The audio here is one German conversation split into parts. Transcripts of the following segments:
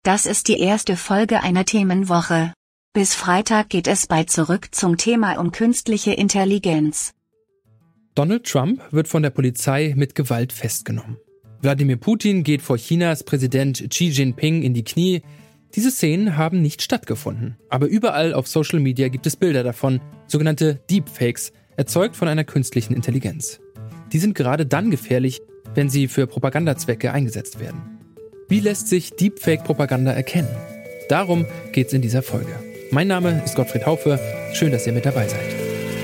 Das ist die erste Folge einer Themenwoche. Bis Freitag geht es bei Zurück zum Thema um künstliche Intelligenz. Donald Trump wird von der Polizei mit Gewalt festgenommen. Wladimir Putin geht vor Chinas Präsident Xi Jinping in die Knie. Diese Szenen haben nicht stattgefunden. Aber überall auf Social Media gibt es Bilder davon, sogenannte Deepfakes, erzeugt von einer künstlichen Intelligenz. Die sind gerade dann gefährlich, wenn sie für Propagandazwecke eingesetzt werden. Wie lässt sich Deepfake-Propaganda erkennen? Darum geht's in dieser Folge. Mein Name ist Gottfried Haufe. Schön, dass ihr mit dabei seid.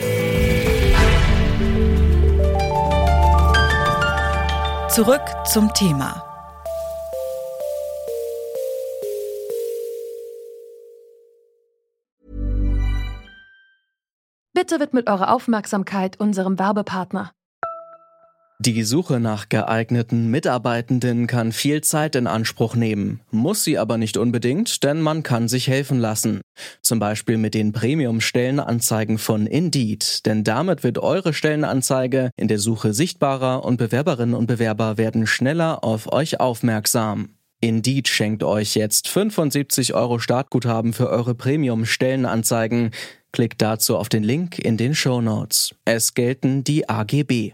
Zurück zum Thema. Bitte widmet eure Aufmerksamkeit unserem Werbepartner. Die Suche nach geeigneten Mitarbeitenden kann viel Zeit in Anspruch nehmen, muss sie aber nicht unbedingt, denn man kann sich helfen lassen. Zum Beispiel mit den Premium-Stellenanzeigen von Indeed, denn damit wird eure Stellenanzeige in der Suche sichtbarer und Bewerberinnen und Bewerber werden schneller auf euch aufmerksam. Indeed schenkt euch jetzt 75 € Startguthaben für eure Premium-Stellenanzeigen. Klickt dazu auf den Link in den Shownotes. Es gelten die AGB.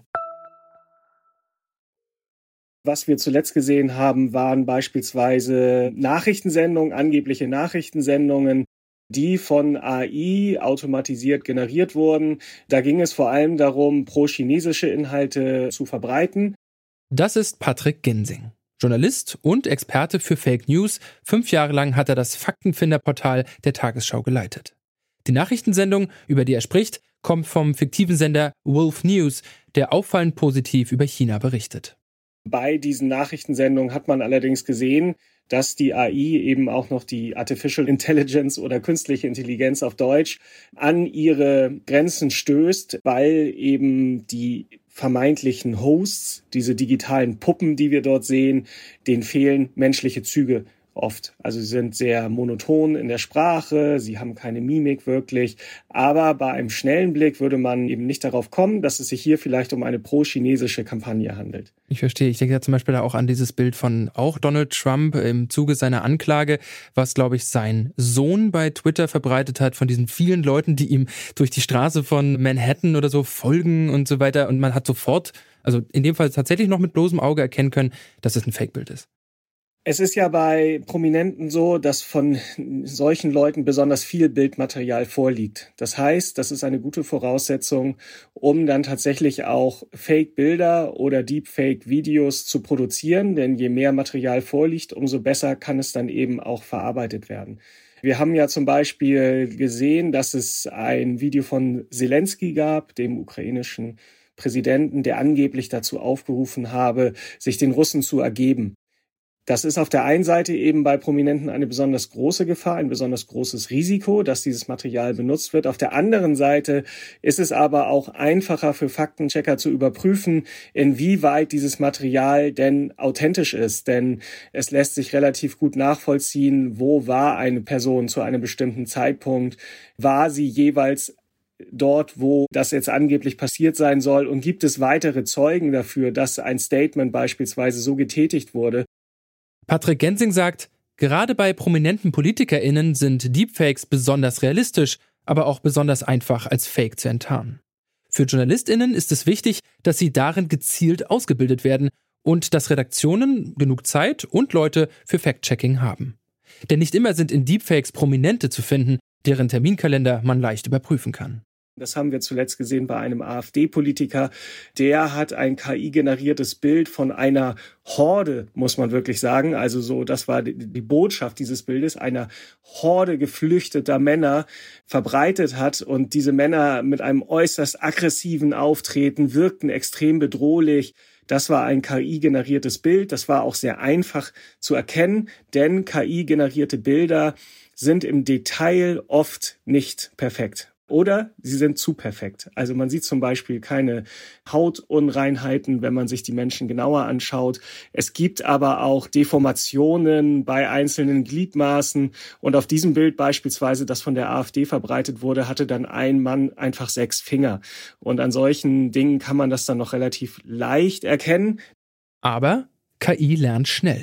Was wir zuletzt gesehen haben, waren beispielsweise Nachrichtensendungen, angebliche Nachrichtensendungen, die von AI automatisiert generiert wurden. Da ging es vor allem darum, pro-chinesische Inhalte zu verbreiten. Das ist Patrick Ginsing, Journalist und Experte für Fake News. 5 Jahre lang hat er das Faktenfinderportal der Tagesschau geleitet. Die Nachrichtensendung, über die er spricht, kommt vom fiktiven Sender Wolf News, der auffallend positiv über China berichtet. Bei diesen Nachrichtensendungen hat man allerdings gesehen, dass die AI eben auch noch die Artificial Intelligence oder künstliche Intelligenz auf Deutsch an ihre Grenzen stößt, weil eben die vermeintlichen Hosts, diese digitalen Puppen, die wir dort sehen, denen fehlen menschliche Züge oft. Also sie sind sehr monoton in der Sprache, sie haben keine Mimik wirklich. Aber bei einem schnellen Blick würde man eben nicht darauf kommen, dass es sich hier vielleicht um eine pro-chinesische Kampagne handelt. Ich verstehe. Ich denke ja zum Beispiel auch an dieses Bild von auch Donald Trump im Zuge seiner Anklage, was, glaube ich, sein Sohn bei Twitter verbreitet hat, von diesen vielen Leuten, die ihm durch die Straße von Manhattan oder so folgen und so weiter. Und man hat sofort, also in dem Fall tatsächlich noch mit bloßem Auge erkennen können, dass es ein Fake-Bild ist. Es ist ja bei Prominenten so, dass von solchen Leuten besonders viel Bildmaterial vorliegt. Das heißt, das ist eine gute Voraussetzung, um dann tatsächlich auch Fake-Bilder oder Deepfake-Videos zu produzieren. Denn je mehr Material vorliegt, umso besser kann es dann eben auch verarbeitet werden. Wir haben ja zum Beispiel gesehen, dass es ein Video von Zelensky gab, dem ukrainischen Präsidenten, der angeblich dazu aufgerufen habe, sich den Russen zu ergeben. Das ist auf der einen Seite eben bei Prominenten eine besonders große Gefahr, ein besonders großes Risiko, dass dieses Material benutzt wird. Auf der anderen Seite ist es aber auch einfacher für Faktenchecker zu überprüfen, inwieweit dieses Material denn authentisch ist. Denn es lässt sich relativ gut nachvollziehen, wo war eine Person zu einem bestimmten Zeitpunkt, war sie jeweils dort, wo das jetzt angeblich passiert sein soll, und gibt es weitere Zeugen dafür, dass ein Statement beispielsweise so getätigt wurde. Patrick Ginsing sagt, gerade bei prominenten PolitikerInnen sind Deepfakes besonders realistisch, aber auch besonders einfach als Fake zu enttarnen. Für JournalistInnen ist es wichtig, dass sie darin gezielt ausgebildet werden und dass Redaktionen genug Zeit und Leute für Fact-Checking haben. Denn nicht immer sind in Deepfakes Prominente zu finden, deren Terminkalender man leicht überprüfen kann. Das haben wir zuletzt gesehen bei einem AfD-Politiker. Der hat ein KI-generiertes Bild von einer Horde, muss man wirklich sagen. Also so, das war die Botschaft dieses Bildes, einer Horde geflüchteter Männer verbreitet hat. Und diese Männer mit einem äußerst aggressiven Auftreten wirkten extrem bedrohlich. Das war ein KI-generiertes Bild. Das war auch sehr einfach zu erkennen, denn KI-generierte Bilder sind im Detail oft nicht perfekt. Oder sie sind zu perfekt. Also man sieht zum Beispiel keine Hautunreinheiten, wenn man sich die Menschen genauer anschaut. Es gibt aber auch Deformationen bei einzelnen Gliedmaßen. Und auf diesem Bild beispielsweise, das von der AfD verbreitet wurde, hatte dann ein Mann einfach 6 Finger. Und an solchen Dingen kann man das dann noch relativ leicht erkennen. Aber KI lernt schnell.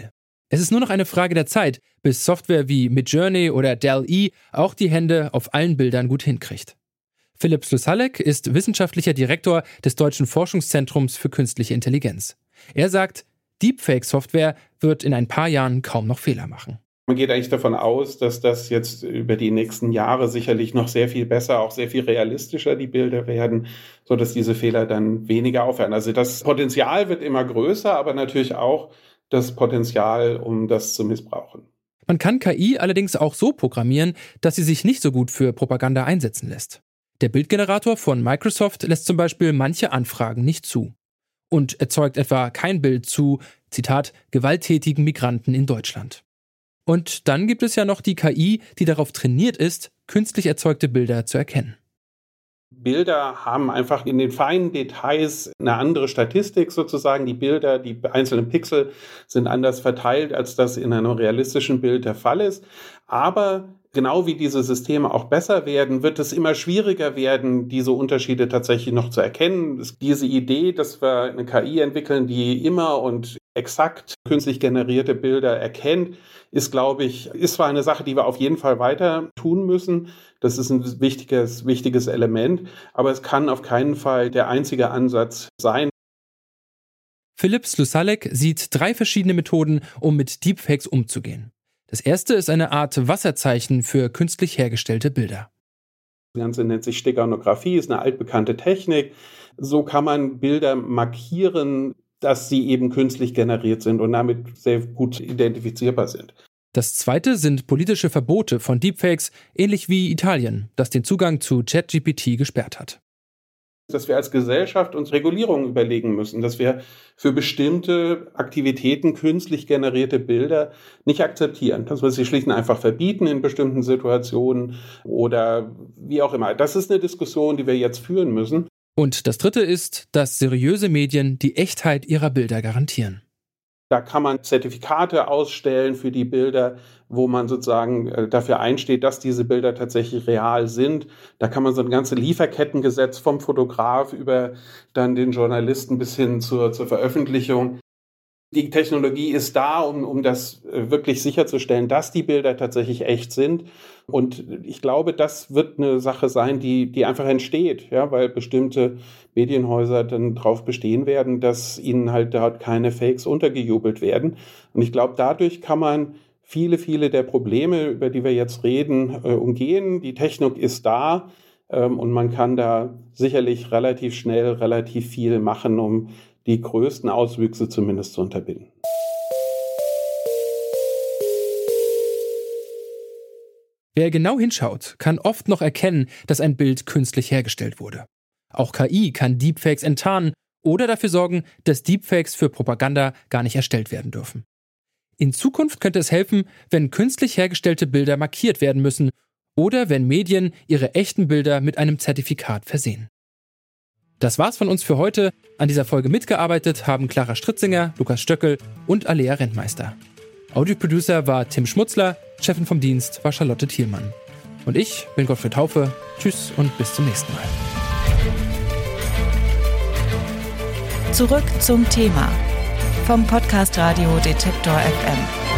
Es ist nur noch eine Frage der Zeit, bis Software wie Midjourney oder DALL-E auch die Hände auf allen Bildern gut hinkriegt. Philipp Slusalek ist wissenschaftlicher Direktor des Deutschen Forschungszentrums für künstliche Intelligenz. Er sagt, Deepfake-Software wird in ein paar Jahren kaum noch Fehler machen. Man geht eigentlich davon aus, dass das jetzt über die nächsten Jahre sicherlich noch sehr viel besser, auch sehr viel realistischer die Bilder werden, sodass diese Fehler dann weniger aufhören. Also das Potenzial wird immer größer, aber natürlich auch das Potenzial, um das zu missbrauchen. Man kann KI allerdings auch so programmieren, dass sie sich nicht so gut für Propaganda einsetzen lässt. Der Bildgenerator von Microsoft lässt zum Beispiel manche Anfragen nicht zu und erzeugt etwa kein Bild zu, Zitat, gewalttätigen Migranten in Deutschland. Und dann gibt es ja noch die KI, die darauf trainiert ist, künstlich erzeugte Bilder zu erkennen. Bilder haben einfach in den feinen Details eine andere Statistik sozusagen. Die Bilder, die einzelnen Pixel sind anders verteilt, als das in einem realistischen Bild der Fall ist. Aber genau wie diese Systeme auch besser werden, wird es immer schwieriger werden, diese Unterschiede tatsächlich noch zu erkennen. Diese Idee, dass wir eine KI entwickeln, die immer und exakt künstlich generierte Bilder erkennt, ist, glaube ich, ist zwar eine Sache, die wir auf jeden Fall weiter tun müssen. Das ist ein wichtiges Element, aber es kann auf keinen Fall der einzige Ansatz sein. Philipp Slusalek sieht 3 verschiedene Methoden, um mit Deepfakes umzugehen. Das erste ist eine Art Wasserzeichen für künstlich hergestellte Bilder. Das Ganze nennt sich Steganographie, ist eine altbekannte Technik. So kann man Bilder markieren, dass sie eben künstlich generiert sind und damit sehr gut identifizierbar sind. Das zweite sind politische Verbote von Deepfakes, ähnlich wie Italien, das den Zugang zu ChatGPT gesperrt hat. Dass wir als Gesellschaft uns Regulierungen überlegen müssen, dass wir für bestimmte Aktivitäten künstlich generierte Bilder nicht akzeptieren, dass wir sie schlicht und einfach verbieten in bestimmten Situationen oder wie auch immer. Das ist eine Diskussion, die wir jetzt führen müssen. Und das dritte ist, dass seriöse Medien die Echtheit ihrer Bilder garantieren. Da kann man Zertifikate ausstellen für die Bilder, wo man sozusagen dafür einsteht, dass diese Bilder tatsächlich real sind. Da kann man so ein ganzes Lieferkettengesetz vom Fotograf über dann den Journalisten bis hin zur Veröffentlichung. Die Technologie ist da, um das wirklich sicherzustellen, dass die Bilder tatsächlich echt sind. Und ich glaube, das wird eine Sache sein, die einfach entsteht, ja, weil bestimmte Medienhäuser dann darauf bestehen werden, dass ihnen halt dort keine Fakes untergejubelt werden. Und ich glaube, dadurch kann man viele der Probleme, über die wir jetzt reden, umgehen. Die Technik ist da und man kann da sicherlich relativ schnell relativ viel machen, um die größten Auswüchse zumindest zu unterbinden. Wer genau hinschaut, kann oft noch erkennen, dass ein Bild künstlich hergestellt wurde. Auch KI kann Deepfakes enttarnen oder dafür sorgen, dass Deepfakes für Propaganda gar nicht erstellt werden dürfen. In Zukunft könnte es helfen, wenn künstlich hergestellte Bilder markiert werden müssen oder wenn Medien ihre echten Bilder mit einem Zertifikat versehen. Das war's von uns für heute. An dieser Folge mitgearbeitet haben Clara Stritzinger, Lukas Stöckel und Alea Rentmeister. Audioproducer war Tim Schmutzler, Chefin vom Dienst war Charlotte Thielmann. Und ich bin Gottfried Haufe. Tschüss und bis zum nächsten Mal. Zurück zum Thema vom Podcast Radio Detektor FM.